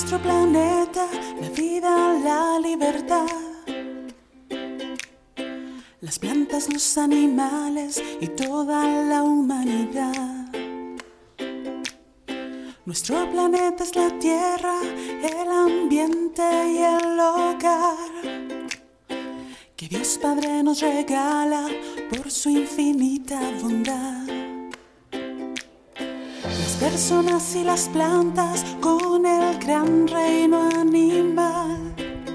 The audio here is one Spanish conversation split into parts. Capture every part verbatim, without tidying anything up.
nuestro planeta, la vida, la libertad. Las plantas, los animales y toda la humanidad. Nuestro planeta es la tierra, el ambiente y el hogar que Dios Padre nos regala por su infinita bondad. Las personas y las plantas con el gran reino animal.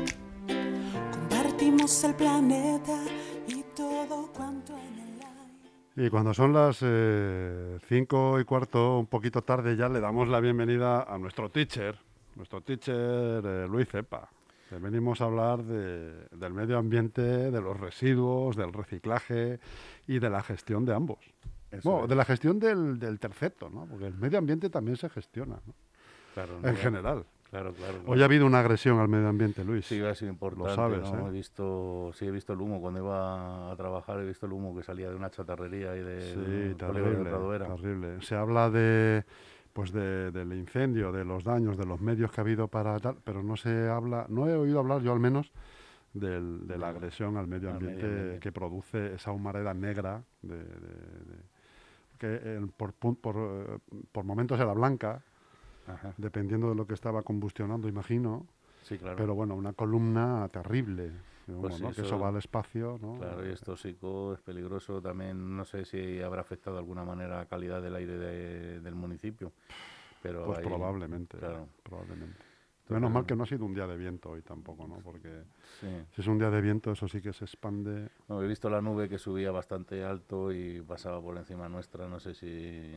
Compartimos el planeta y todo cuanto en él hay. Y cuando son las eh, cinco y cuarto, un poquito tarde ya, le damos la bienvenida a nuestro teacher, nuestro teacher eh, Luis Cepa. Que venimos a hablar de, del medio ambiente, de los residuos, del reciclaje y de la gestión de ambos. Bueno, es. de la gestión del, del terceto, ¿no? Porque el medio ambiente también se gestiona, ¿no? Claro, En ¿no? general. Claro, claro, claro. Hoy ha habido una agresión al medio ambiente, Luis. Sí, ha sido importante, Lo sabes, ¿no? ¿eh? He visto, sí, he visto el humo cuando iba a trabajar, he visto el humo que salía de una chatarrería y de Sí, polígono de terrible, Pradoera. terrible. Se habla de, pues de, del incendio, de los daños, de los medios que ha habido para tal, pero no se habla, no he oído hablar yo al menos del, de la agresión al medio Al ambiente, medio ambiente. que produce esa humareda negra, de, de- de- que eh, por, pun- por, eh, por momentos era blanca, Ajá. dependiendo de lo que estaba combustionando, imagino, Sí, claro. pero bueno, una columna terrible, de humo, Pues ¿no? Que eso- eso va al espacio, ¿no? Claro, y es tóxico, es peligroso también. No sé si habrá afectado de alguna manera la calidad del aire de- del municipio, pero Pues ahí- probablemente, claro. probablemente. Entonces, Menos mal que no ha sido un día de viento hoy tampoco, ¿no? Porque Sí. si es un día de viento, eso sí que se expande. No, he visto la nube que subía bastante alto y pasaba por encima nuestra. No sé si,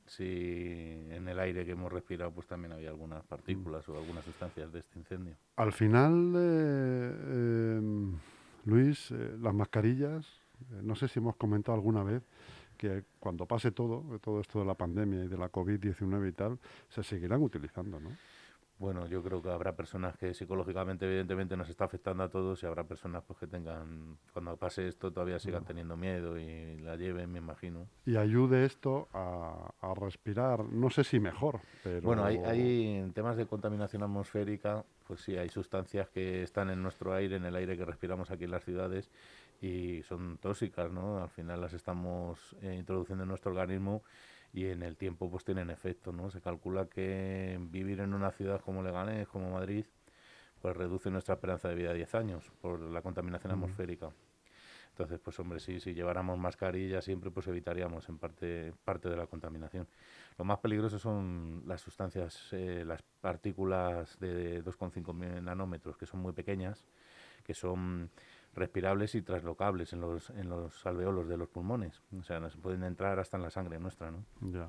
si en el aire que hemos respirado pues también había algunas partículas o algunas sustancias de este incendio. Al final, eh, eh, Luis, eh, las mascarillas, eh, no sé si hemos comentado alguna vez que cuando pase todo, de todo esto de la pandemia y de la COVID diecinueve y tal, se seguirán utilizando, ¿no? Bueno, yo creo que habrá personas que psicológicamente evidentemente nos está afectando a todos y habrá personas pues que tengan, cuando pase esto todavía sigan teniendo miedo y la lleven, me imagino. Y ayude esto a, a respirar, no sé si mejor, pero... Bueno, hay, hay en temas de contaminación atmosférica, pues sí, hay sustancias que están en nuestro aire, en el aire que respiramos aquí en las ciudades y son tóxicas, ¿no? Al final las estamos eh, introduciendo en nuestro organismo y en el tiempo pues tienen efecto, ¿no? Se calcula que vivir en una ciudad como Leganés, como Madrid, pues reduce nuestra esperanza de vida a diez años por la contaminación Mm. atmosférica. Entonces, pues hombre, sí, si lleváramos mascarilla siempre, pues evitaríamos en parte, parte de la contaminación. Lo más peligroso son las sustancias, eh, las partículas de dos coma cinco nanómetros, que son muy pequeñas, que son respirables y traslocables en los, en los alveolos de los pulmones. O sea, nos pueden entrar hasta en la sangre nuestra, ¿no? Ya.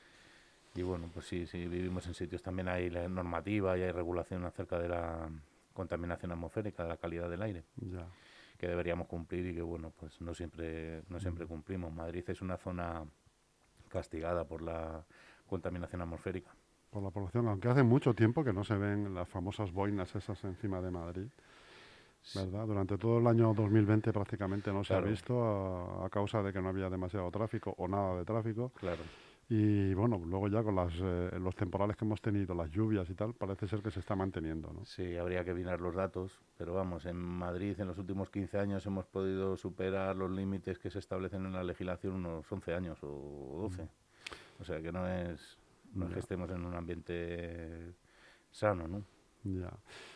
Y bueno, pues sí, sí, vivimos en sitios también hay la normativa y hay regulación acerca de la contaminación atmosférica, de la calidad del aire, Ya. que deberíamos cumplir y que bueno, pues no siempre, no siempre cumplimos. Madrid es una zona castigada por la contaminación atmosférica. Por la población, aunque hace mucho tiempo que no se ven las famosas boinas esas encima de Madrid, ¿verdad? Durante todo el año dos mil veinte prácticamente no se Claro. ha visto a, a causa de que no había demasiado tráfico o nada de tráfico. Claro. Y bueno, luego ya con las, eh, los temporales que hemos tenido, las lluvias y tal, parece ser que se está manteniendo, ¿no? Sí, habría que mirar los datos, pero vamos, en Madrid en los últimos quince años hemos podido superar los límites que se establecen en la legislación unos once años o doce. O sea que no es, no es Ya. que estemos en un ambiente sano, ¿no? Ya.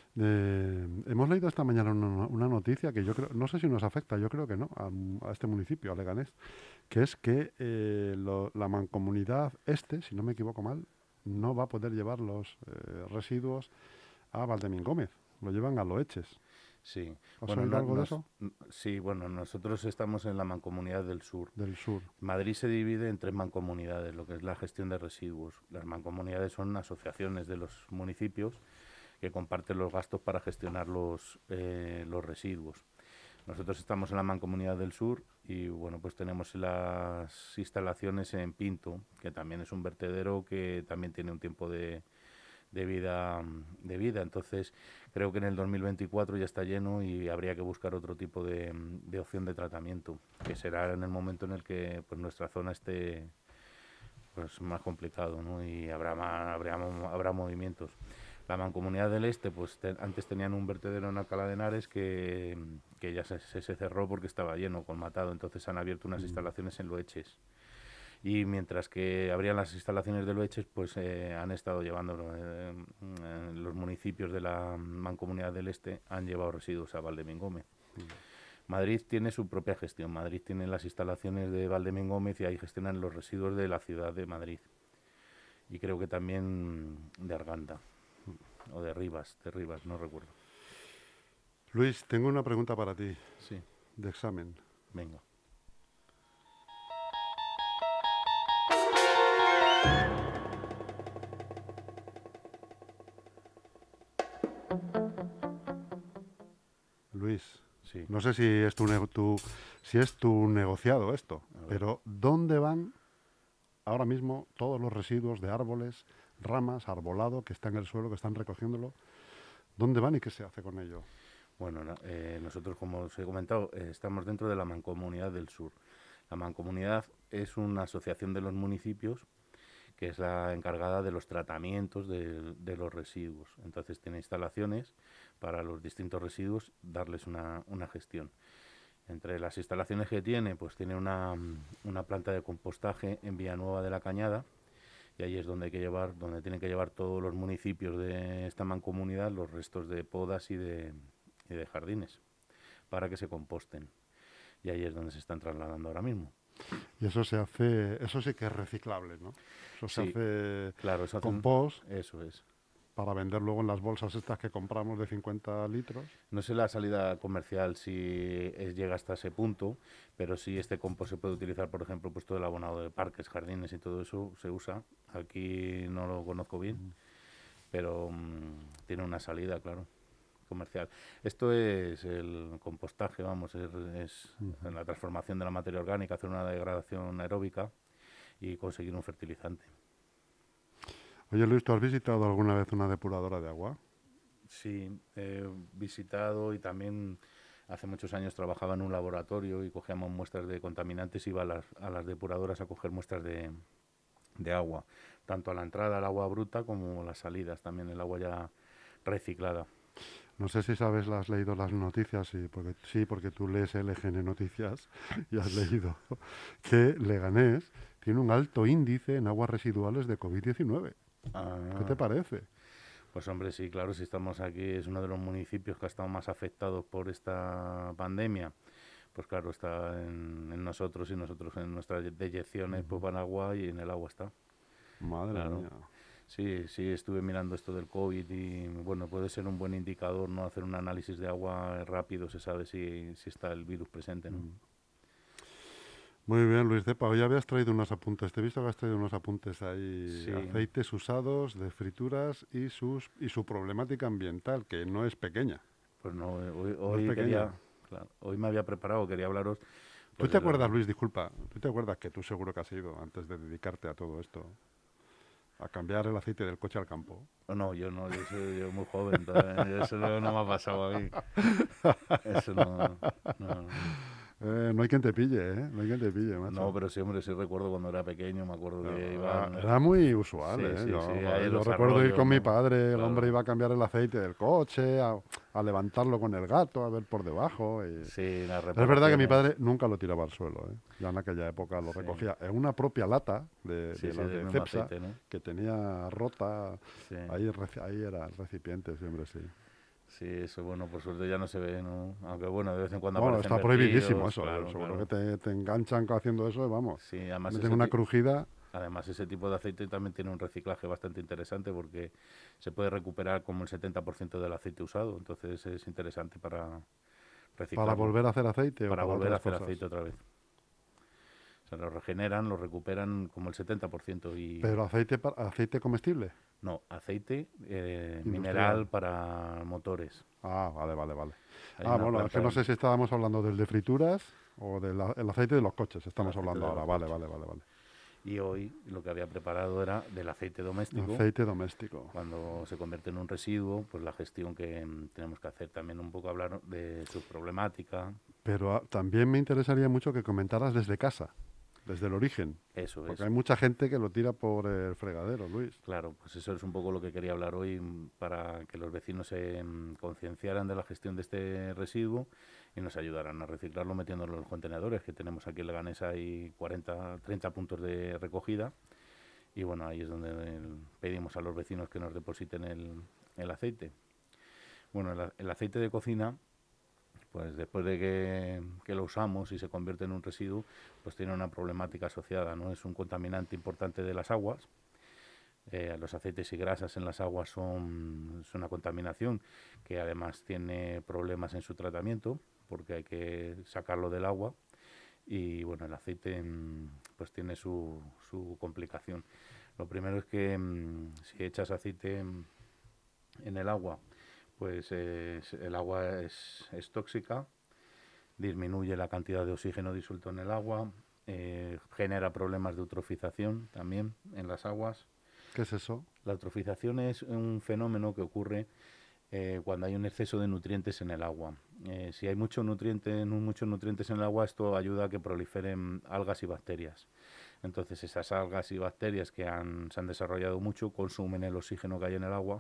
Eh, hemos leído esta mañana una, una noticia que yo creo, no sé si nos afecta, yo creo que no, a, a este municipio, a Leganés, que es que eh, lo- la mancomunidad este, si no me equivoco mal, no va a poder llevar los eh, residuos a Valdemín Gómez, lo llevan a Loeches. Sí. ¿Has Bueno, oído no- algo de nos- eso? n- sí, bueno, nosotros estamos en la mancomunidad del sur. Del sur. Madrid se divide en tres mancomunidades, lo que es la gestión de residuos. Las mancomunidades son asociaciones de los municipios que comparten los gastos para gestionar los, eh, los residuos. Nosotros estamos en la mancomunidad del sur y bueno, pues tenemos las instalaciones en Pinto, que también es un vertedero que también tiene un tiempo de, de vida de vida. Entonces creo que en el dos mil veinticuatro ya está lleno y habría que buscar otro tipo de, de opción de tratamiento, que será en el momento en el que pues nuestra zona esté pues más complicado, ¿no? Y habrá más, habrá, habrá movimientos. La Mancomunidad del Este, pues te, antes tenían un vertedero en Alcalá de Henares que, que ya se, se, se cerró porque estaba lleno, colmatado, entonces han abierto unas mm. instalaciones en Loeches. Y mientras que abrían las instalaciones de Loeches, pues eh, han estado llevando, eh, eh, los municipios de la Mancomunidad del Este han llevado residuos a Valdemín-Gómez. Mm. Madrid tiene su propia gestión. Madrid tiene las instalaciones de Valdemín-Gómez y ahí gestionan los residuos de la ciudad de Madrid. Y creo que también de Arganda. O de Rivas, de Rivas, no recuerdo. Luis, tengo una pregunta para ti. Sí. De examen. Venga. Luis, sí. No sé si es tu, tu, si es tu negociado esto, pero ¿dónde van ahora mismo todos los residuos de árboles, ramas, arbolado que está en el suelo, que están recogiéndolo? ¿Dónde van y qué se hace con ello? Bueno, eh, nosotros, como os he comentado, eh, estamos dentro de la Mancomunidad del Sur. La Mancomunidad es una asociación de los municipios que es la encargada de los tratamientos de, de los residuos. Entonces tiene instalaciones para los distintos residuos, darles una, una gestión. Entre las instalaciones que tiene, pues tiene una, una planta de compostaje en Villanueva de la Cañada, y ahí es donde hay que llevar, donde tienen que llevar todos los municipios de esta mancomunidad los restos de podas y de, y de jardines para que se composten. Y ahí es donde se están trasladando ahora mismo. Y eso se hace, eso sí que es reciclable, ¿no? Eso se sí, hace claro, eso compost. Hacen, eso es. Para vender luego en las bolsas estas que compramos de cincuenta litros. No sé la salida comercial si es, llega hasta ese punto, pero sí este compost se puede utilizar, por ejemplo, pues todo el abonado de parques, jardines y todo eso se usa. Aquí no lo conozco bien, uh-huh. pero um, tiene una salida, claro, comercial. Esto es el compostaje, vamos, es, es uh-huh. la transformación de la materia orgánica, hacer una degradación aeróbica y conseguir un fertilizante. Oye, Luis, ¿tú has visitado alguna vez una depuradora de agua? Sí, he visitado y también hace muchos años trabajaba en un laboratorio y cogíamos muestras de contaminantes, iba a las, a las depuradoras a coger muestras de, de agua, tanto a la entrada al agua bruta como las salidas, también el agua ya reciclada. No sé si sabes, has leído las noticias, sí, porque, sí, porque tú lees L G N Noticias y has leído que Leganés tiene un alto índice en aguas residuales de COVID diecinueve. Ah, ¿Qué te parece? Pues hombre, sí, claro, si estamos aquí, es uno de los municipios que ha estado más afectados por esta pandemia. Pues claro, está en, en nosotros y nosotros en nuestras deyecciones uh-huh. pues van agua y en el agua está. Madre claro. mía. Sí, sí, estuve mirando esto del COVID y bueno, puede ser un buen indicador, ¿no? Hacer un análisis de agua rápido, se sabe si, si está el virus presente, ¿no? Uh-huh. Muy bien, Luis Cepa. Hoy habías traído unos apuntes. Te he visto que has traído unos apuntes ahí. Sí. Aceites usados de frituras y sus y su problemática ambiental, que no es pequeña. Pues no, hoy, hoy, no es quería, claro, hoy me había preparado, quería hablaros... Pues ¿Tú te acuerdas, Luis, disculpa, tú te acuerdas que tú seguro que has ido, antes de dedicarte a todo esto, a cambiar el aceite del coche al campo? No, no, yo no, yo soy yo muy joven, entonces, eso no, no me ha pasado a mí. Eso no... no, no. Eh, no hay quien te pille, ¿eh? No hay quien te pille, macho. No, pero sí, hombre, sí recuerdo cuando era pequeño, me acuerdo que no, iba... Era, era muy usual, sí, ¿eh? Sí, yo sí, yo, yo recuerdo arroyos, ir con ¿no? mi padre, el claro. hombre iba a cambiar el aceite del coche, a, a levantarlo con el gato, a ver por debajo. Y... Sí, la es verdad que mi padre nunca lo tiraba al suelo, ¿eh? Ya en aquella época lo sí. recogía en una propia lata de, sí, de, sí, la de de Cepsa, aceite, ¿no? que tenía rota, sí. ahí, ahí era el recipiente, siempre sí. Sí, eso, bueno, por suerte ya no se ve, ¿no? Aunque, bueno, de vez en cuando bueno, aparecen está prohibidísimo vertidos, eso, claro, seguro claro. que te, te enganchan haciendo eso, vamos. Sí, además meten una crujida. Además, ese tipo de aceite también tiene un reciclaje bastante interesante porque se puede recuperar como el setenta por ciento del aceite usado, entonces es interesante para reciclar. ¿Para volver a hacer aceite? Para o para volver a hacer cosas? aceite otra vez. O sea, lo regeneran, lo recuperan como el setenta por ciento. Y... ¿Pero aceite, aceite comestible? No, aceite eh, mineral para motores. Ah, vale, vale, vale. Hay ah, bueno, es que no sé si estábamos hablando del de frituras o del aceite de los coches, estamos hablando ahora. Vale, vale, vale, vale. Y hoy lo que había preparado era del aceite doméstico. Aceite doméstico. Cuando se convierte en un residuo, pues la gestión que mm, tenemos que hacer, también un poco hablar de su problemática. Pero ah, también me interesaría mucho que comentaras desde casa. desde el origen. Eso es. Porque hay mucha gente que lo tira por el fregadero, Luis. Claro, pues eso es un poco lo que quería hablar hoy, mm, para que los vecinos se mm, concienciaran de la gestión de este residuo y nos ayudaran a reciclarlo metiéndolo en los contenedores, que tenemos aquí en Leganés, hay cuarenta, treinta puntos de recogida, y bueno, ahí es donde el- pedimos a los vecinos que nos depositen el, el aceite. Bueno, el, a- el aceite de cocina, pues después de que, que lo usamos y se convierte en un residuo, pues tiene una problemática asociada, ¿no? Es un contaminante importante de las aguas. Eh, los aceites y grasas en las aguas son, es una contaminación que además tiene problemas en su tratamiento, porque hay que sacarlo del agua, y bueno, el aceite mm, pues tiene su, su complicación. Lo primero es que mm, si echas aceite mm, en el agua, pues eh, es- el agua es, es tóxica, disminuye la cantidad de oxígeno disuelto en el agua, eh, genera problemas de eutrofización también en las aguas. ¿Qué es eso? La eutrofización es un fenómeno que ocurre eh, cuando hay un exceso de nutrientes en el agua. Eh, si hay mucho nutriente, nu- muchos nutrientes en el agua, esto ayuda a que proliferen algas y bacterias. Entonces esas algas y bacterias que han- se han desarrollado mucho consumen el oxígeno que hay en el agua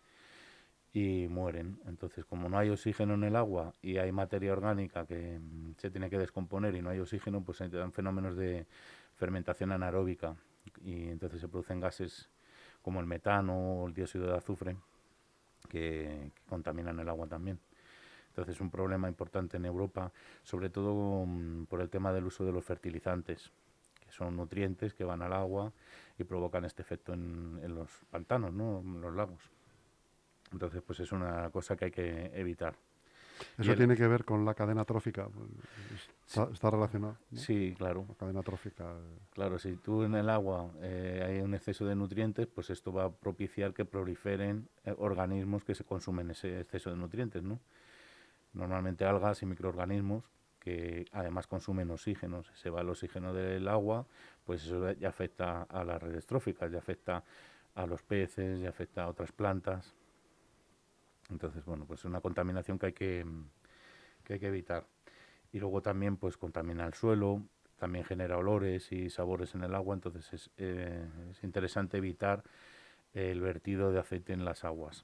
y mueren. Entonces, como no hay oxígeno en el agua y hay materia orgánica que mm, se tiene que descomponer y no hay oxígeno, pues se dan fenómenos de fermentación anaeróbica, y entonces se producen gases como el metano o el dióxido de azufre que, que contaminan el agua también. Entonces es un problema importante en Europa, sobre todo mm, por el tema del uso de los fertilizantes, que son nutrientes que van al agua y provocan este efecto en, en los pantanos, ¿no? En los lagos. Entonces, pues es una cosa que hay que evitar. Y Eso el- tiene que ver con la cadena trófica. Está, está relacionado, ¿no? Sí, claro. La cadena trófica. eh, Claro, si tú en el agua eh, hay un exceso de nutrientes, pues esto va a propiciar que proliferen eh, organismos que se consumen ese exceso de nutrientes, ¿no? Normalmente algas y microorganismos que además consumen oxígeno. Si se va el oxígeno del agua, pues eso ya afecta a las redes tróficas, ya afecta a los peces, ya afecta a otras plantas. Entonces, bueno, pues es una contaminación que hay que, que hay que evitar. Y luego también pues contamina el suelo, también genera olores y sabores en el agua, entonces es, eh, es interesante evitar el vertido de aceite en las aguas.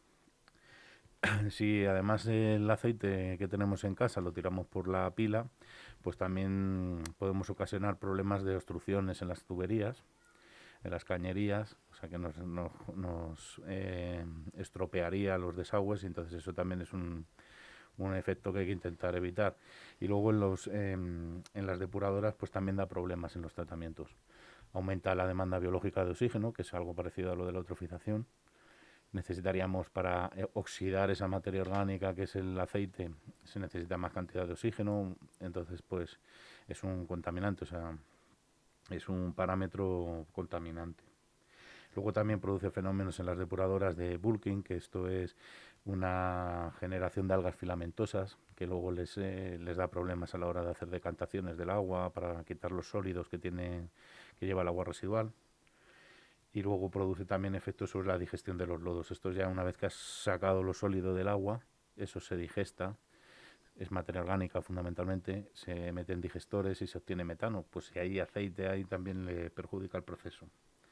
Si además el aceite que tenemos en casa lo tiramos por la pila, pues también podemos ocasionar problemas de obstrucciones en las tuberías, en las cañerías, o sea que nos, nos, nos eh, estropearía los desagües, y entonces eso también es un, un efecto que hay que intentar evitar. Y luego en, los, eh, en las depuradoras pues también da problemas en los tratamientos. Aumenta la demanda biológica de oxígeno, que es algo parecido a lo de la eutrofización. Necesitaríamos para eh, oxidar esa materia orgánica que es el aceite, se necesita más cantidad de oxígeno, entonces pues es un contaminante, o sea, es un parámetro contaminante. Luego también produce fenómenos en las depuradoras de bulking, que esto es una generación de algas filamentosas que luego les, eh, les da problemas a la hora de hacer decantaciones del agua para quitar los sólidos que tiene, que lleva el agua residual. Y luego produce también efectos sobre la digestión de los lodos. Esto ya una vez que has sacado lo sólido del agua, eso se digesta, es materia orgánica fundamentalmente, se mete en digestores y se obtiene metano. Pues si hay aceite ahí también le perjudica el proceso.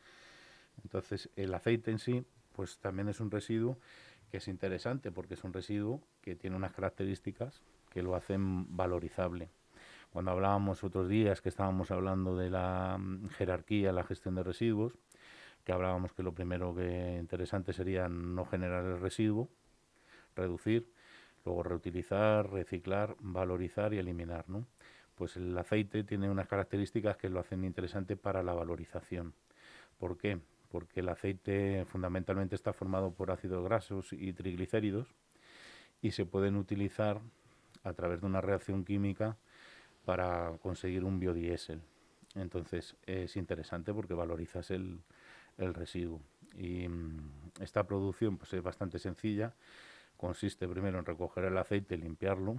Entonces el aceite en sí pues también es un residuo que es interesante porque es un residuo que tiene unas características que lo hacen valorizable. Cuando hablábamos otros días que estábamos hablando de la mm, jerarquía en la gestión de residuos, que hablábamos que lo primero que interesante sería no generar el residuo, reducir, luego reutilizar, reciclar, valorizar y eliminar, ¿no? Pues el aceite tiene unas características que lo hacen interesante para la valorización. ¿Por qué? Porque el aceite fundamentalmente está formado por ácidos grasos y triglicéridos y se pueden utilizar a través de una reacción química para conseguir un biodiesel. Entonces es interesante porque valorizas el, el residuo. Y mmm, esta producción pues es bastante sencilla. Consiste primero en recoger el aceite, limpiarlo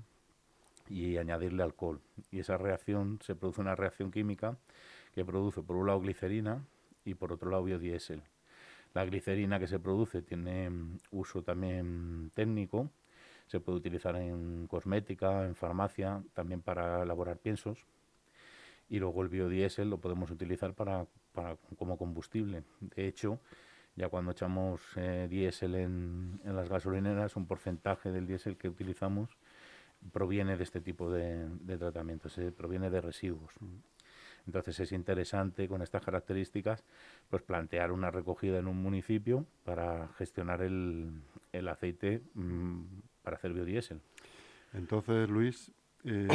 y añadirle alcohol. Y esa reacción se produce una reacción química que produce por un lado glicerina y por otro lado biodiesel. La glicerina que se produce tiene um, uso también técnico, se puede utilizar en cosmética, en farmacia, también para elaborar piensos. y luego el biodiesel lo podemos utilizar para, para como combustible. De hecho, ya cuando echamos eh, diésel en, en las gasolineras, un porcentaje del diésel que utilizamos proviene de este tipo de, de tratamientos, eh, proviene de residuos. Entonces es interesante con estas características pues plantear una recogida en un municipio para gestionar el, el aceite mmm, para hacer biodiesel. Entonces, Luis, eh,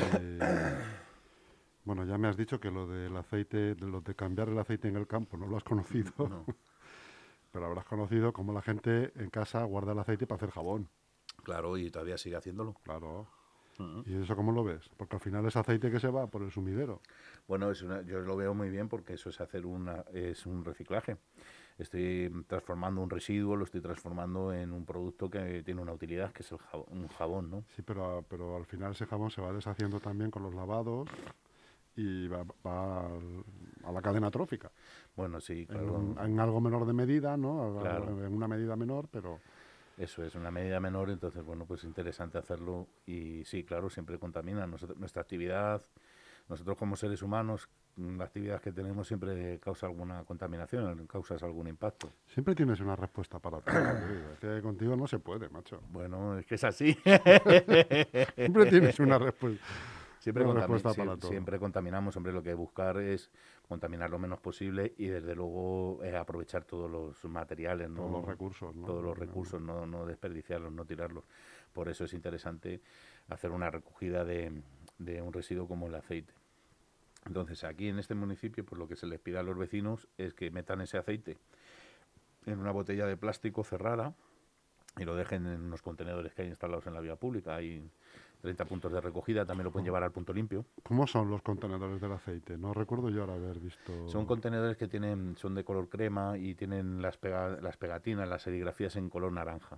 bueno, ya me has dicho que lo del aceite, de lo de cambiar el aceite en el campo, no lo has conocido, No. pero habrás conocido cómo la gente en casa guarda el aceite para hacer jabón. Claro, y todavía sigue haciéndolo. Claro. Uh-huh. ¿Y eso cómo lo ves? Porque al final es aceite que se va por el sumidero. Bueno, es una, yo lo veo muy bien porque eso es hacer una, es un reciclaje. Estoy transformando un residuo, lo estoy transformando en un producto que tiene una utilidad, que es el jabón, un jabón, ¿no? Sí, pero, pero al final ese jabón se va deshaciendo también con los lavados y va, va al, a la cadena trófica. Bueno, sí, claro. En, en algo menor de medida, ¿no? Claro. En una medida menor, pero... Eso es, una medida menor, entonces, bueno, pues es interesante hacerlo y sí, claro, siempre contamina. Nosotros, nuestra actividad, nosotros como seres humanos, la actividad que tenemos siempre causa alguna contaminación, causa algún impacto. Siempre tienes una respuesta para todo. Es que contigo no se puede, macho. Bueno, es que es así. Siempre tienes una respuesta. Siempre, una contami respuesta siempre, para todo. siempre contaminamos, hombre, lo que hay que buscar es contaminar lo menos posible y desde luego eh, aprovechar todos los materiales, ¿no? Todos los recursos, ¿no? Todos los recursos, no, no desperdiciarlos, no tirarlos. Por eso es interesante hacer una recogida de, de un residuo como el aceite. Entonces, aquí en este municipio, pues lo que se les pide a los vecinos es que metan ese aceite en una botella de plástico cerrada y lo dejen en unos contenedores que hay instalados en la vía pública. Hay treinta puntos de recogida, también lo pueden llevar al punto limpio. ¿Cómo son los contenedores del aceite? No recuerdo yo ahora haber visto... Son contenedores que tienen, son de color crema y tienen las, pega, las pegatinas, las serigrafías en color naranja.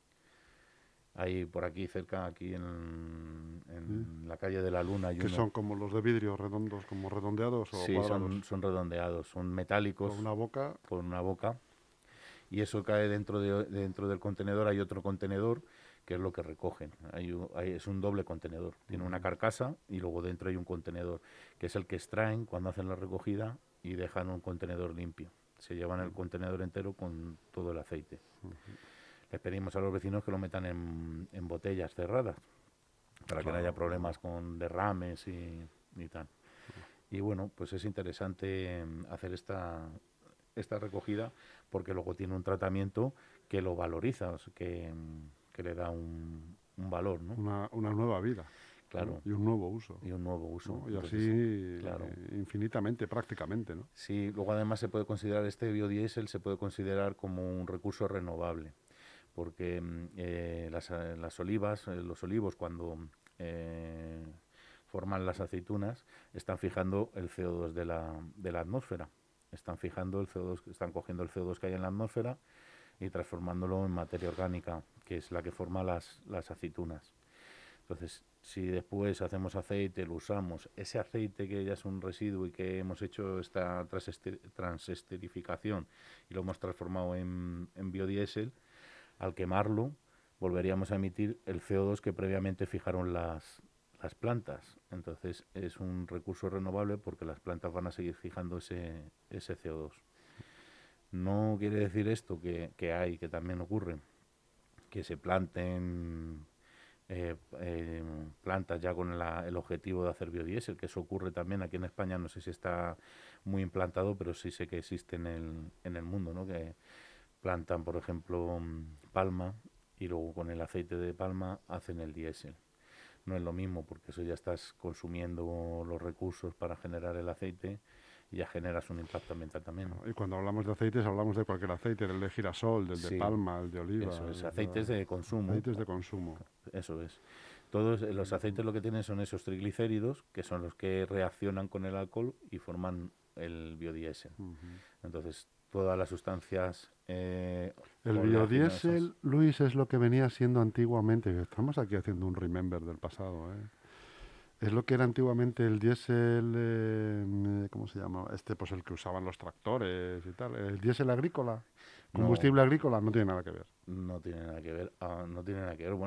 Hay por aquí cerca, aquí en, en ¿Sí? la calle de la Luna. ¿Que son como los de vidrio redondos, como redondeados o sí, cuadrados? son, son redondeados, son metálicos. Con una boca. Con una boca. Y eso cae dentro, de, dentro del contenedor. Hay otro contenedor que es lo que recogen. Hay, hay, es un doble contenedor. Tiene una carcasa y luego dentro hay un contenedor, que es el que extraen cuando hacen la recogida y dejan un contenedor limpio. Se llevan el contenedor entero con todo el aceite. Uh-huh. Les pedimos a los vecinos que lo metan en, en botellas cerradas, para claro, que no haya problemas con derrames y, y tal. Uh-huh. Y bueno, pues es interesante hacer esta, esta recogida porque luego tiene un tratamiento que lo valoriza, o sea, que... que le da un, un valor, ¿no? Una, una nueva vida. Claro. ¿No? Y un nuevo uso. Y un nuevo uso. ¿No? Y Entonces, así, claro. eh, infinitamente, prácticamente, ¿no? Sí, luego además se puede considerar, este biodiesel se puede considerar como un recurso renovable, porque eh, las, las olivas, eh, los olivos, cuando eh, forman las aceitunas, están fijando el C O dos de la, de la atmósfera. Están fijando el C O dos, están cogiendo el C O dos que hay en la atmósfera y transformándolo en materia orgánica, que es la que forma las, las aceitunas. Entonces, si después hacemos aceite, lo usamos, ese aceite que ya es un residuo y que hemos hecho esta transesterificación y lo hemos transformado en, en biodiesel, al quemarlo volveríamos a emitir el C O dos que previamente fijaron las, las plantas. Entonces, es un recurso renovable porque las plantas van a seguir fijando ese, ese C O dos. No quiere decir esto que, que hay, que también ocurre, que se planten eh, eh, plantas ya con la, el objetivo de hacer biodiesel, que eso ocurre también aquí en España, no sé si está muy implantado, pero sí sé que existe en el, en el mundo, ¿no? Que plantan, por ejemplo, palma y luego con el aceite de palma hacen el diésel. No es lo mismo porque eso ya estás consumiendo los recursos para generar el aceite y ya generas un impacto ambiental también. Y cuando hablamos de aceites, hablamos de cualquier aceite, del de girasol, del sí, de palma, el de oliva. Eso es, aceites de consumo. Aceites de consumo. Eso es. Todos los aceites lo que tienen son esos triglicéridos, que son los que reaccionan con el alcohol y forman el biodiesel. Uh-huh. Entonces, todas las sustancias... Eh, el biodiesel, Luis, es lo que venía siendo antiguamente. Estamos aquí haciendo un remember del pasado, ¿eh? Es lo que era antiguamente el diésel, eh, ¿cómo se llama? Este, pues el que usaban los tractores y tal. El diésel agrícola, combustible no, agrícola, no tiene nada que ver. No tiene nada que ver. Ah, no tiene nada que ver. Bueno,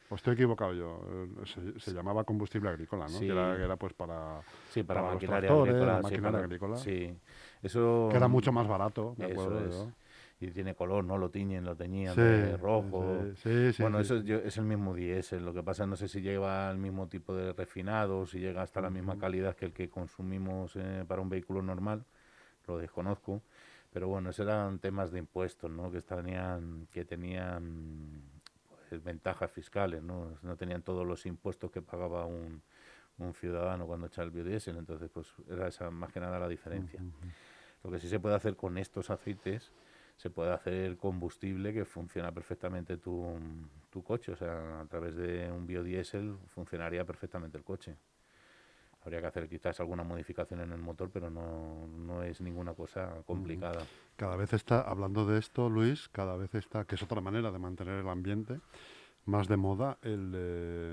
O estoy equivocado yo. eh, Se, se llamaba combustible agrícola, ¿no? Sí. Que era, que era pues para, Sí, para, para los maquinaria tractores, agrícola. la Sí, maquinaria para- agrícola. sí. Eso, Que era mucho más barato, me eso acuerdo es. yo. Y tiene color, ¿no? Lo tiñen, lo teñían Sí, de rojo. sí, sí, sí, Bueno, sí, eso sí. yo- es el mismo diésel. Lo que pasa no sé si lleva el mismo tipo de refinado, si llega hasta la misma Ujú. calidad que el que consumimos eh, para un vehículo normal. Lo desconozco. Pero bueno, esos eran temas de impuestos, ¿no? Que tenían, que tenían pues, ventajas fiscales, ¿no? No tenían todos los impuestos que pagaba un, un ciudadano cuando echaba el biodiesel. Entonces, pues era esa más que nada la diferencia. Ujú. Lo que sí se puede hacer con estos aceites, se puede hacer combustible que funciona perfectamente tu, tu coche. O sea, a través de un biodiesel funcionaría perfectamente el coche. Habría que hacer quizás alguna modificación en el motor, pero no, no es ninguna cosa Ujú. complicada. Cada vez está, hablando de esto, Luis, cada vez está, que es otra manera de mantener el ambiente, más de moda el eh,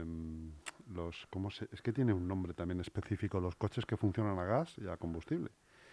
los, ¿cómo se? Es que tiene un nombre también específico, los coches que funcionan a gas y a combustible.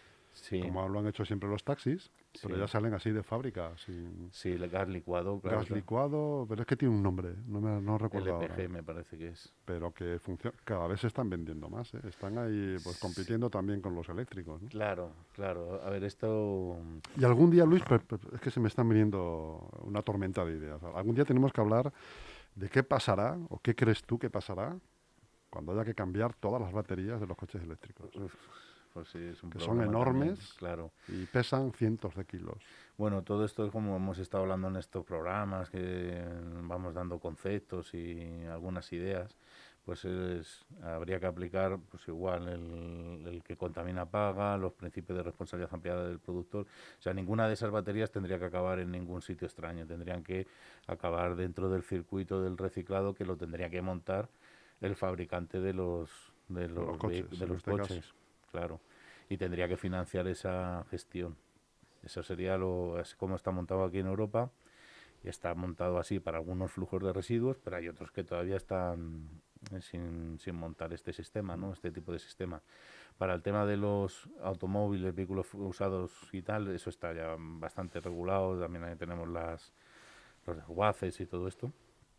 Sí, Como lo han hecho siempre los taxis, pero ya sí, salen así de fábrica, sin sí, el gas licuado, claro, gas claro. licuado, pero es que tiene un nombre, no me no recuerdo ahora. L P G me parece que es. Pero que funciona, cada vez se están vendiendo más, ¿eh? Están ahí pues Sí, compitiendo también con los eléctricos, ¿no? claro, claro. A ver, esto... Y algún día, Luis, pe- pe- es que se me están viniendo una tormenta de ideas. Algún día tenemos que hablar de qué pasará o qué crees tú que pasará cuando haya que cambiar todas las baterías de los coches eléctricos, uf, pues sí, es un que son problema también, enormes claro. y pesan cientos de kilos. Bueno, todo esto es como hemos estado hablando en estos programas, que vamos dando conceptos y algunas ideas, pues es, habría que aplicar pues igual el, el que contamina paga, los principios de responsabilidad ampliada del productor. O sea, ninguna de esas baterías tendría que acabar en ningún sitio extraño, tendrían que acabar dentro del circuito del reciclado que lo tendría que montar el fabricante de los de De los los, coches, vehi- de en los este caso. coches, claro, y tendría que financiar esa gestión. Eso sería lo, es como está montado aquí en Europa, y está montado así para algunos flujos de residuos, pero hay otros que todavía están eh, sin, sin montar este sistema, ¿no? Este tipo de sistema. Para el tema de los automóviles, vehículos usados y tal, eso está ya bastante regulado. También ahí tenemos las, los desguaces y todo esto.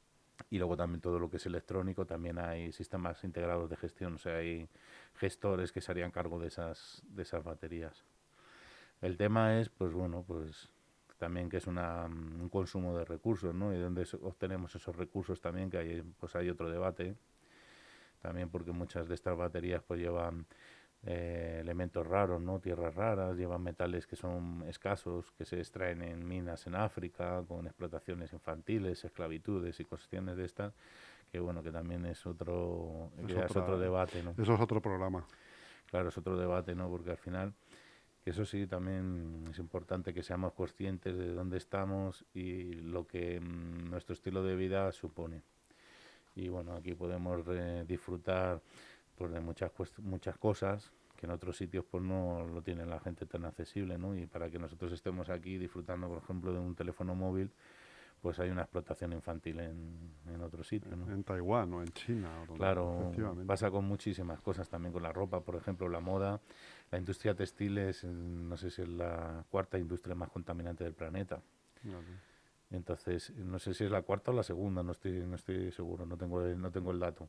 Y luego también todo lo que es electrónico, también hay sistemas integrados de gestión, o sea, hay gestores que se harían cargo de esas, de esas baterías. El tema es, pues bueno, pues también que es una, mm, un consumo de recursos, ¿no? Y de dónde so- obtenemos esos recursos también, que hay, pues hay otro debate, también porque muchas de estas baterías pues llevan eh, elementos raros, ¿no? Tierras raras, llevan metales que son escasos, que se extraen en minas en África, con explotaciones infantiles, esclavitudes y cuestiones de estas, que bueno, que también es otro, Es, que ya es otro otra, debate, ¿no? eso es otro programa. Claro, es otro debate, ¿no? Porque al final que eso sí, también es importante que seamos conscientes de dónde estamos y lo que mm, nuestro estilo de vida supone. Y bueno, aquí podemos eh, disfrutar pues, de muchas, cuest- muchas cosas que en otros sitios pues no lo tiene la gente tan accesible, ¿no? Y para que nosotros estemos aquí disfrutando, por ejemplo, de un teléfono móvil, pues hay una explotación infantil en, en otro sitio, ¿no? En Taiwán o en China, o donde, Claro, efectivamente. pasa con muchísimas cosas, también con la ropa, por ejemplo, la moda. La industria textil es, eh, no sé si es la cuarta industria más contaminante del planeta. Vale. Entonces, no sé si es la cuarta o la segunda, no estoy, no estoy seguro, no tengo el, no tengo el dato.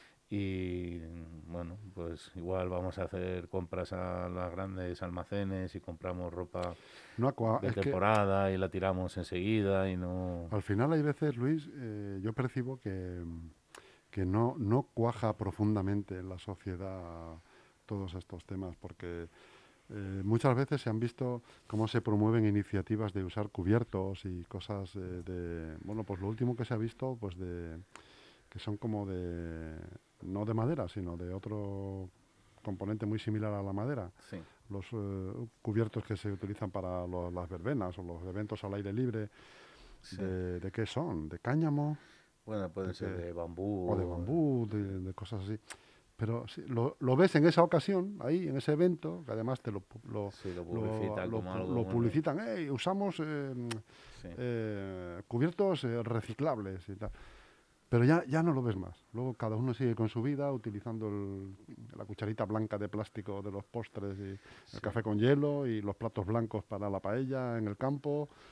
Y bueno, pues igual vamos a hacer compras a los grandes almacenes y compramos ropa No, acua- de es que temporada y la tiramos enseguida y no... al final hay veces, Luis, eh, yo percibo que, que no, no cuaja profundamente en la sociedad todos estos temas, porque eh, muchas veces se han visto cómo se promueven iniciativas de usar cubiertos y cosas eh, de, bueno, pues lo último que se ha visto, pues de, que son como de, no de madera, sino de otro componente muy similar a la madera, Sí, los eh, cubiertos que se utilizan para lo- las verbenas o los eventos al aire libre, sí. de, ¿de qué son? ¿De cáñamo? Bueno, pueden ¿De ser qué? de bambú. O de o- bambú, de, de cosas así. Pero sí, lo, lo ves en esa ocasión, ahí, en ese evento, que además te lo, pu- lo, Sí, lo lo, publicitan lo como pu- algo lo bueno. publicitan. "Ey, usamos eh, Sí. eh, cubiertos eh, reciclables y tal". Pero ya, ya no lo ves más. Luego cada uno sigue con su vida, utilizando el- la cucharita blanca de plástico de los postres y Sí. el café con hielo y los platos blancos para la paella en el campo.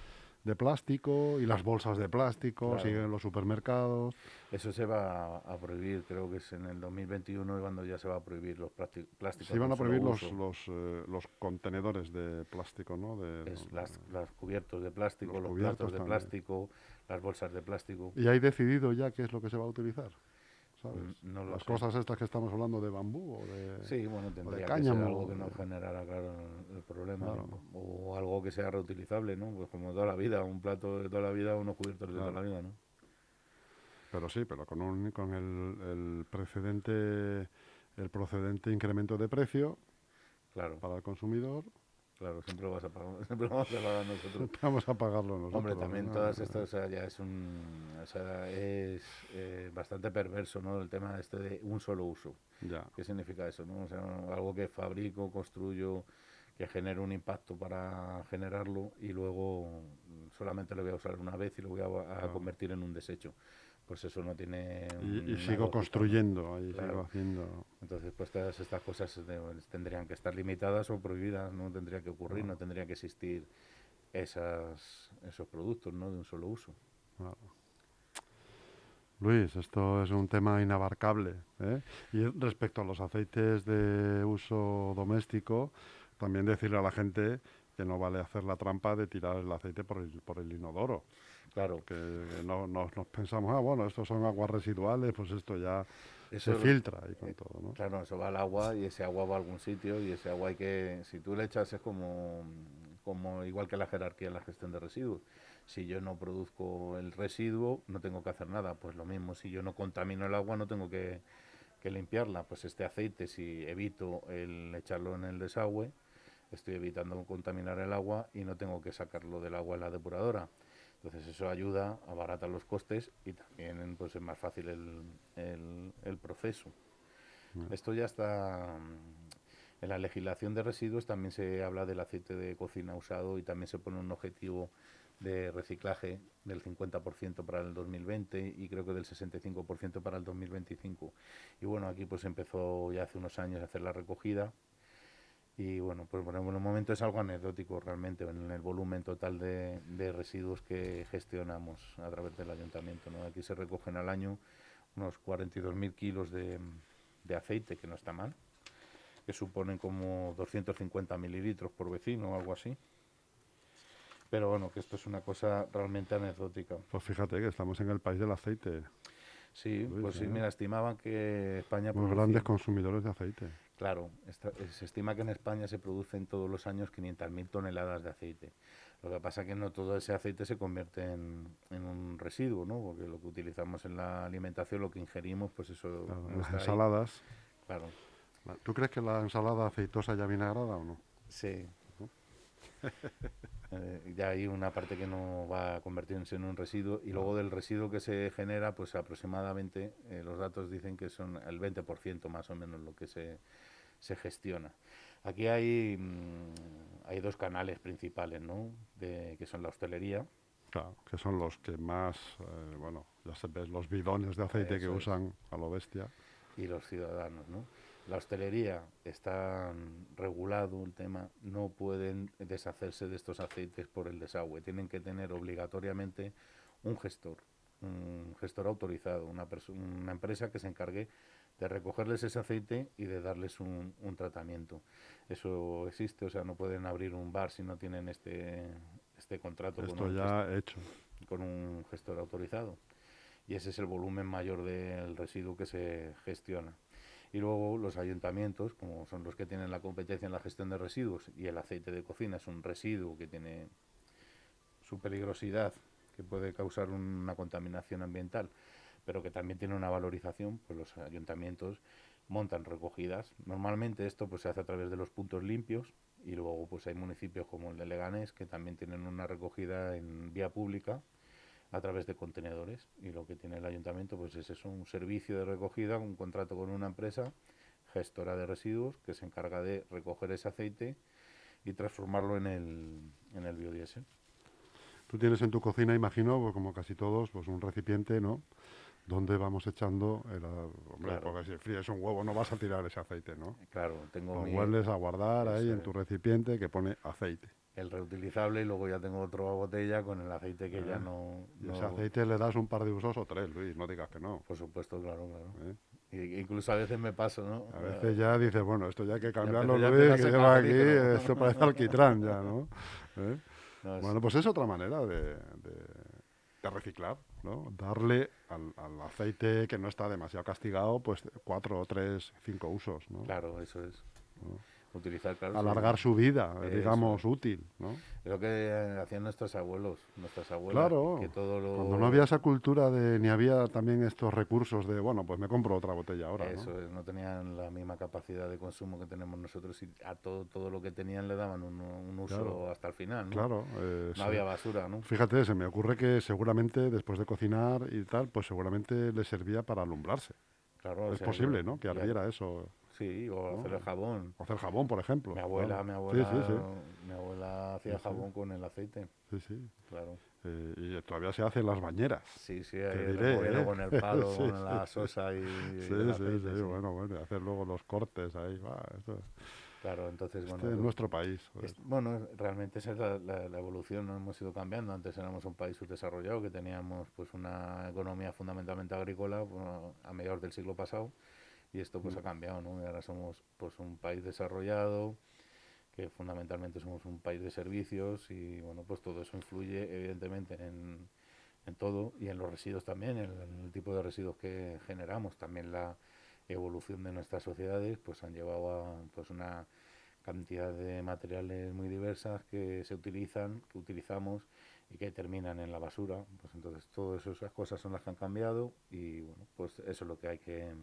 de plástico y las bolsas de plástico, Claro. siguen en los supermercados. Eso se va a prohibir, creo que es en el dos mil veintiuno cuando ya se va a prohibir los plasti- plásticos. Se iban de a un solo prohibir los, uso. los, eh, los contenedores de plástico, ¿no? De, Es las, las cubiertos de plástico, Los los, cubiertos platos de también. plástico, las bolsas de plástico. ¿Y hay decidido ya qué es lo que se va a utilizar? ¿Sabes? Mm, no lo Las sé. cosas estas que estamos hablando de bambú o de... Sí, bueno, tendría que ser cáñamo, algo que no de- generara, claro, el, el problema. Claro. O algo que sea reutilizable, ¿no? Pues como toda la vida, un plato de toda la vida, unos cubiertos de Claro. toda la vida, ¿no? Pero sí, pero con, un, con el, el precedente el procedente incremento de precio Claro, para el consumidor, claro, siempre lo vas a pagar, siempre lo vamos a pagar nosotros. vamos a pagarlo nosotros. Hombre, también ¿no? todas estas, o sea, ya es un, o sea, es eh, bastante perverso, ¿no? El tema este de un solo uso. Ya. ¿Qué significa eso, no? O sea, algo que fabrico, construyo, que genero un impacto para generarlo y luego solamente lo voy a usar una vez y lo voy a, a Claro. convertir en un desecho. Pues eso no tiene Y, y una sigo lógica, ¿no? construyendo, ahí Claro. sigo haciendo... Entonces, pues todas estas cosas de- tendrían que estar limitadas o prohibidas, no tendría que ocurrir, no tendría que existir esas, esos productos, ¿no? De un solo uso. Claro. Luis, esto es un tema inabarcable, ¿eh? Y respecto a los aceites de uso doméstico, también decirle a la gente que no vale hacer la trampa de tirar el aceite por el, por el inodoro. Claro, Que no nos, nos pensamos, ah, bueno, estos son aguas residuales, pues esto ya eso se lo- filtra ahí con eh, todo, ¿no? claro, eso va al agua y ese agua va a algún sitio y ese agua hay que, si tú le echas es como, como igual que la jerarquía en la gestión de residuos. Si yo no produzco el residuo, no tengo que hacer nada. Pues lo mismo, si yo no contamino el agua, no tengo que, que limpiarla. Pues este aceite, si evito el echarlo en el desagüe, estoy evitando contaminar el agua y no tengo que sacarlo del agua en la depuradora. Entonces eso ayuda, abarata los costes y también pues es más fácil el, el, el proceso. Mm. Esto ya está mm, en la legislación de residuos, también se habla del aceite de cocina usado y también se pone un objetivo de reciclaje del cincuenta por ciento para el dos mil veinte y creo que del sesenta y cinco por ciento para el dos mil veinticinco. Y bueno, aquí pues empezó ya hace unos años a hacer la recogida. Y bueno, pues bueno, en el momento es algo anecdótico realmente en el volumen total de, de residuos que gestionamos a través del ayuntamiento, ¿no? Aquí se recogen al año unos cuarenta y dos mil kilos de, de aceite, que no está mal, que suponen como doscientos cincuenta mililitros por vecino o algo así. Pero bueno, que esto es una cosa realmente anecdótica. Pues fíjate que estamos en el país del aceite, Sí, Luis, pues sí, ¿eh? mira, estimaban que España muy producía- grandes consumidores de aceite. Claro, esta- eh, se estima que en España se producen todos los años quinientas mil toneladas de aceite. Lo que pasa es que no todo ese aceite se convierte en, en un residuo, ¿no? Porque lo que utilizamos en la alimentación, lo que ingerimos, pues eso Claro, no en las está ahí. ensaladas. Claro, ¿Tú crees que la ensalada aceitosa ya vinagrada o no? sí. Eh, ya hay una parte que no va a convertirse en un residuo y luego del residuo que se genera, pues aproximadamente eh, los datos dicen que son el veinte por ciento más o menos lo que se, se gestiona. Aquí hay, mm, hay dos canales principales, ¿no? De, que son la hostelería. Claro, que son los que más, eh, bueno, ya se ves los bidones de aceite que Eso es. usan a lo bestia. Y los ciudadanos, ¿no? La hostelería está mm, regulado el tema, no pueden deshacerse de estos aceites por el desagüe, tienen que tener obligatoriamente un gestor, un gestor autorizado, una, perso- una empresa que se encargue de recogerles ese aceite y de darles un, un tratamiento. Eso existe, o sea, no pueden abrir un bar si no tienen este, este contrato con Esto un ya hecho. con un gestor autorizado. Y ese es el volumen mayor del residuo que se gestiona. Y luego los ayuntamientos, como son los que tienen la competencia en la gestión de residuos, y el aceite de cocina es un residuo que tiene su peligrosidad, que puede causar una contaminación ambiental, pero que también tiene una valorización, pues los ayuntamientos montan recogidas. Normalmente esto pues se hace a través de los puntos limpios y luego pues hay municipios como el de Leganés que también tienen una recogida en vía pública a través de contenedores, y lo que tiene el ayuntamiento pues es eso, un servicio de recogida, un contrato con una empresa gestora de residuos que se encarga de recoger ese aceite y transformarlo en el, en el biodiesel. Tú tienes en tu cocina, imagino, pues como casi todos, pues un recipiente, ¿no? Donde vamos echando el... a- Hombre, Claro. porque si fríes un huevo no vas a tirar ese aceite, ¿no? Claro, tengo Lo mi... vuelves a guardar ahí Eso en es. tu recipiente que pone aceite. el reutilizable y luego ya tengo otra botella con el aceite que Eh, ya no, Y no... ese aceite le das un par de usos o tres, Luis, no digas que no. Por supuesto, claro, claro. ¿eh? Y, incluso a veces me paso, ¿no? A veces ya dices, bueno, esto ya hay que Ya cambiarlo, empecé- ya Luis, empieza a que ser lleva aquí, cancerígeno. esto parece alquitrán ya, ¿no? ¿Eh? No, es- Bueno, pues es otra manera de, de- de reciclar, ¿no? Darle al, al aceite que no está demasiado castigado, pues cuatro o tres, cinco usos, ¿no? Claro, eso es. ¿no? Utilizar, claro. Alargar Sí. su vida, Eso digamos, es. útil, ¿no? Es lo que eh, hacían nuestros abuelos, nuestras abuelas, Claro, que todo lo... cuando no había esa cultura de, ni había también estos recursos de, bueno, pues me compro otra botella ahora, Eso ¿no? es, no tenían la misma capacidad de consumo que tenemos nosotros y a todo, todo lo que tenían le daban un, un uso Claro, hasta el final, ¿no? Claro. eh, No se- había basura, ¿no? Fíjate, se me ocurre que seguramente después de cocinar y tal, pues seguramente le servía para alumbrarse. Claro, o Es sea, posible, yo- ¿no? Que ya- ardiera eso. Sí, o ¿no? hacer el jabón. O hacer jabón, por ejemplo. Mi abuela, claro. mi Sí, abuela, sí, sí. mi abuela hacía Sí, sí. jabón con el aceite, sí, sí. claro. Eh, y todavía se hace en las bañeras. Sí, sí, Te ahí diré, removiendo ¿eh? con el palo, Sí, con la sí, sosa y, Sí, y el sí, aceite, sí, sí. bueno, bueno, y hacer luego los cortes ahí, va, esto, Claro, entonces, este bueno, es lo- nuestro país. joder. es- bueno, realmente esa es la, la- la evolución, no hemos ido cambiando. Antes éramos un país subdesarrollado que teníamos pues una economía fundamentalmente agrícola bueno, a mediados del siglo pasado y esto pues Mm. ha cambiado, ¿no? Y ahora somos pues un país desarrollado, que fundamentalmente somos un país de servicios y bueno, pues todo eso influye evidentemente en, en todo y en los residuos también, en el, en el tipo de residuos que generamos, también la evolución de nuestras sociedades pues han llevado a pues una cantidad de materiales muy diversas que se utilizan, que utilizamos y que terminan en la basura. Pues entonces todas esas cosas son las que han cambiado y bueno, pues eso es lo que hay que,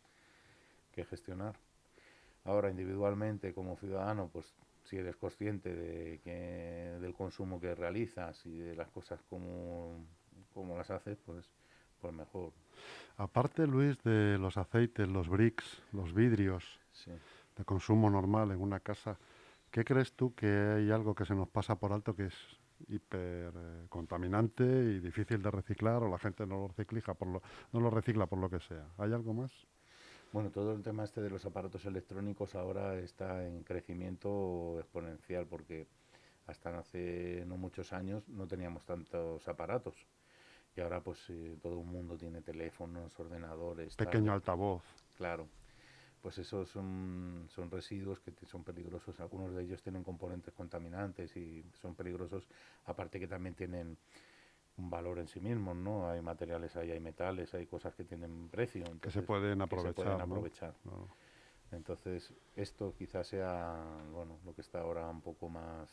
que gestionar. Ahora individualmente como ciudadano, pues si eres consciente de que, del consumo que realizas y de las cosas como, como las haces, pues, pues mejor. Aparte, Luis, de los aceites, los bricks, los vidrios Sí. de consumo normal en una casa, ¿qué crees tú que hay algo que se nos pasa por alto que es hiper eh, contaminante y difícil de reciclar o la gente no lo recicla por lo, no lo recicla por lo que sea? ¿Hay algo más? Bueno, todo el tema este de los aparatos electrónicos ahora está en crecimiento exponencial porque hasta hace no muchos años no teníamos tantos aparatos y ahora pues eh, todo el mundo tiene teléfonos, ordenadores, Pequeño tablets, altavoz. claro. Pues esos son, son residuos que te- son peligrosos. Algunos de ellos tienen componentes contaminantes y son peligrosos, aparte que también tienen un valor en sí mismos, ¿no? Hay materiales ahí, hay metales, hay cosas que tienen precio, Que se entonces pueden que se aprovechar, pueden ¿no? aprovechar. No. Entonces, esto quizás sea, bueno, lo que está ahora un poco más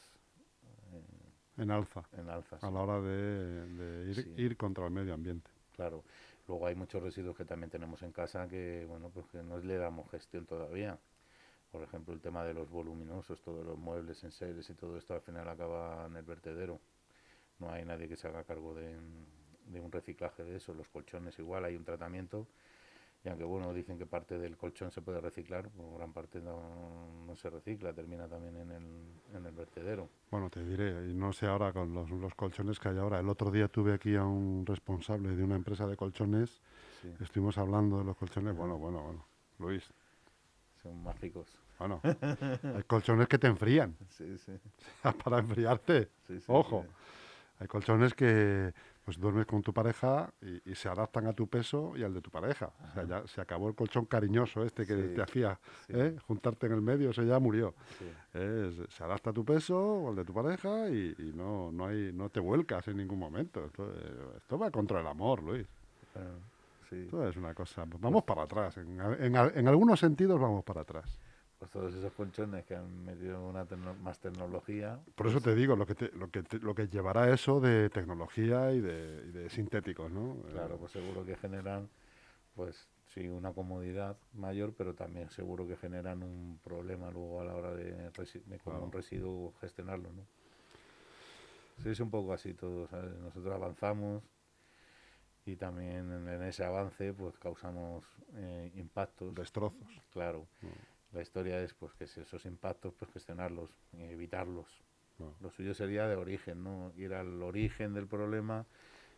eh, En alza, en alza, a sí. la hora de, de ir, Sí. ir contra el medio ambiente. Claro. Luego hay muchos residuos que también tenemos en casa que, bueno, pues que no le damos gestión todavía. Por ejemplo, el tema de los voluminosos, todos los muebles, enseres y todo esto al final acaba en el vertedero. No hay nadie que se haga cargo de, de un reciclaje de eso. Los colchones igual, hay un tratamiento. Y aunque bueno, dicen que parte del colchón se puede reciclar, pues gran parte no, no se recicla, termina también en el, en el vertedero. Bueno, te diré, y no sé ahora con los, los colchones que hay ahora. El otro día tuve aquí a un responsable de una empresa de colchones, Sí, estuvimos hablando de los colchones, Ajá. bueno, bueno, bueno, Luis, son mágicos. bueno, hay colchones que te enfrían, Sí, sí, para enfriarte, sí, sí, ojo. sí. Hay colchones que pues duermes con tu pareja y, y se adaptan a tu peso y al de tu pareja. O sea, ya se acabó el colchón cariñoso este que Sí, te hacía sí, ¿eh? juntarte en el medio, ese ya murió. sí. Eh, se- se adapta a tu peso o al de tu pareja y, y no, no, hay, no te vuelcas en ningún momento. Esto, eh, esto va contra el amor, Luis. Ah, sí. Esto es una cosa. Vamos para atrás. En, en, en algunos sentidos vamos para atrás. Pues todos esos colchones que han metido una tecno- más tecnología. Por eso te digo, lo que, te- lo, que te- lo que llevará eso de tecnología y de, y de sintéticos, ¿no? Claro, Eh, pues seguro que generan, pues sí, una comodidad mayor, pero también seguro que generan un problema luego a la hora de, resi- de como Claro. un residuo gestionarlo, ¿no? Sí, es un poco así todo, ¿sabes? Nosotros avanzamos y también en, en ese avance pues causamos eh, impactos, destrozos. claro. No, La historia es pues que si esos impactos pues gestionarlos, y evitarlos. no. Lo suyo sería de origen, ¿no? Ir al origen del problema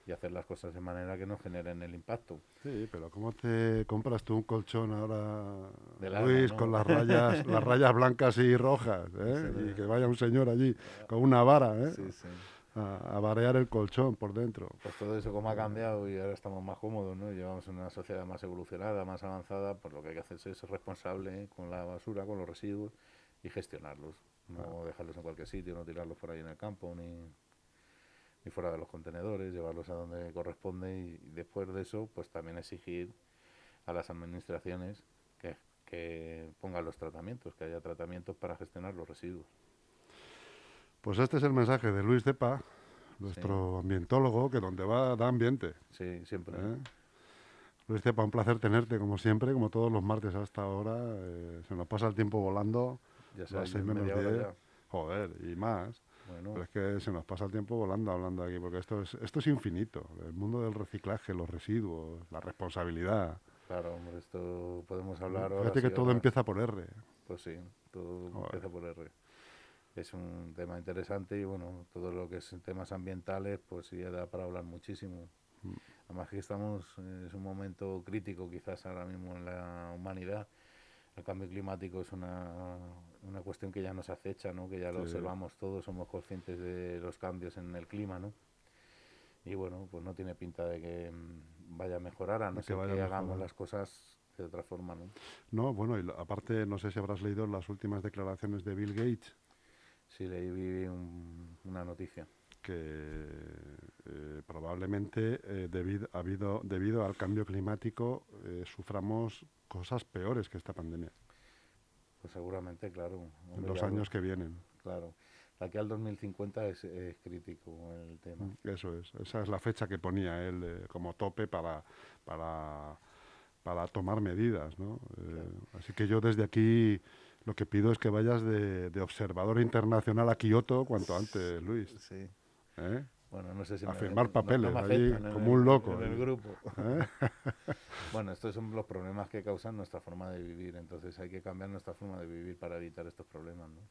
y hacer las cosas de manera que no generen el impacto. Sí, pero ¿cómo te compras tú un colchón ahora, Del Luis, alma, ¿no? con las rayas, las rayas blancas y rojas, ¿eh? Sí, Y que vaya un señor allí con una vara, ¿eh? Sí, sí. A, a varear el colchón por dentro. Pues todo eso como ha cambiado y ahora estamos más cómodos, ¿no? Llevamos una sociedad más evolucionada, más avanzada, pues lo que hay que hacer es ser responsable, ¿eh? Con la basura, con los residuos y gestionarlos. No dejarlos en cualquier sitio, no tirarlos por ahí en el campo, ni, ni fuera de los contenedores, llevarlos a donde corresponde y, y después de eso, pues también exigir a las administraciones que, que pongan los tratamientos, que haya tratamientos para gestionar los residuos. Pues este es el mensaje de Luis Depa, nuestro sí. ambientólogo, que donde va da ambiente. Sí, siempre. ¿Eh? Luis Depa, un placer tenerte como siempre, como todos los martes hasta ahora. Eh, se nos pasa el tiempo volando. Ya sabes, seis menos diez. Joder, y más. Bueno. Pero es que se nos pasa el tiempo volando hablando aquí, porque esto es, esto es infinito. El mundo del reciclaje, los residuos, la responsabilidad. Claro, hombre, esto podemos hablar ahora. Fíjate que todo ahora. empieza por R. Pues sí, todo Joder. empieza por R. Es un tema interesante y bueno, todo lo que es temas ambientales, pues sí da para hablar muchísimo. Mm. Además que estamos, eh, es un momento crítico quizás ahora mismo en la humanidad. El cambio climático es una, una cuestión que ya nos acecha, ¿no? Que ya lo sí. observamos todos, somos conscientes de los cambios en el clima, ¿no? Y bueno, pues no tiene pinta de que vaya a mejorar, a no ser que, que hagamos las cosas de otra forma, ¿no? No, bueno, y aparte, no sé si habrás leído las últimas declaraciones de Bill Gates. Sí, leí un, una noticia. Que eh, probablemente eh, debido, habido, debido al cambio climático eh, suframos cosas peores que esta pandemia. Pues seguramente, claro. En los años que vienen. Claro. De aquí al dos mil cincuenta es, es crítico el tema. Eso es. Esa es la fecha que ponía él eh, como tope para, para, para tomar medidas, ¿no? Claro. Eh, así que yo desde aquí lo que pido es que vayas de, de observador internacional a Kioto cuanto antes, Luis. Sí. ¿Eh? Bueno, no sé si a me, firmar papeles, no, no allí como un loco. En el grupo. ¿Eh? Bueno, estos son los problemas que causan nuestra forma de vivir, entonces hay que cambiar nuestra forma de vivir para evitar estos problemas, ¿no?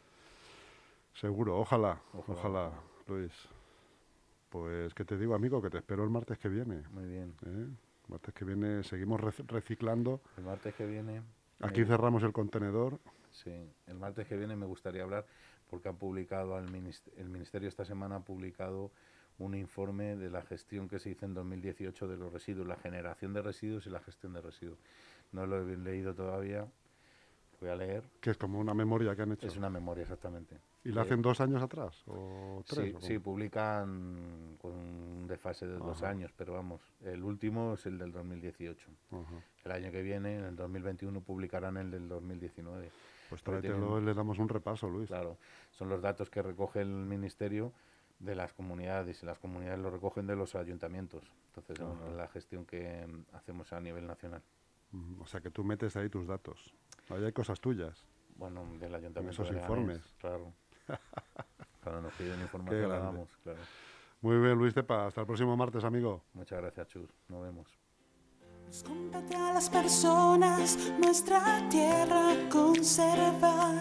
Seguro, ojalá, ojalá, ojalá, Luis. Pues, ¿qué te digo, amigo? Que te espero el martes que viene. Muy bien. ¿Eh? El martes que viene seguimos reciclando. El martes que viene... Aquí cerramos el contenedor. Sí, el martes que viene me gustaría hablar porque han publicado, el ministerio, el ministerio esta semana ha publicado un informe de la gestión que se hizo en dos mil dieciocho de los residuos, la generación de residuos y la gestión de residuos. No lo he leído todavía, voy a leer. Que es como una memoria que han hecho. Es una memoria, exactamente. ¿Y la hacen dos años atrás o tres? Sí, ¿o sí, publican con un desfase de Ajá. dos años, pero vamos, el último es el del dos mil dieciocho. Ajá. El año que viene, en el dos mil veintiuno, publicarán el del dos mil diecinueve. Pues tráetelo y le damos un repaso, Luis. Claro, son los datos que recoge el Ministerio de las comunidades y las comunidades lo recogen de los ayuntamientos. Entonces, bueno, es la gestión que hacemos a nivel nacional. O sea, que tú metes ahí tus datos. Ahí hay cosas tuyas. Bueno, del ayuntamiento. En esos informes. Leganés, claro. Cuando nos piden información, la damos, claro. Muy bien, Luis Depa. Hasta el próximo martes, amigo. Muchas gracias, Chus. Nos vemos. Nos compete a las personas nuestra tierra conservar,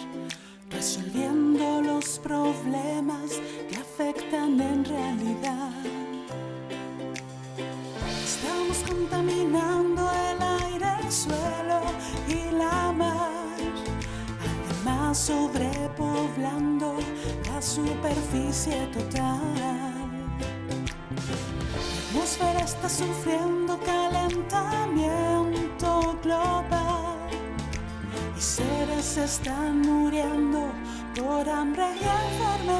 resolviendo los problemas que afectan en realidad. Estamos contaminando el aire, el suelo y la mar, además sobrepoblando la superficie total. La atmósfera está sufriendo calentamiento global y seres están muriendo por hambre y enfermedad.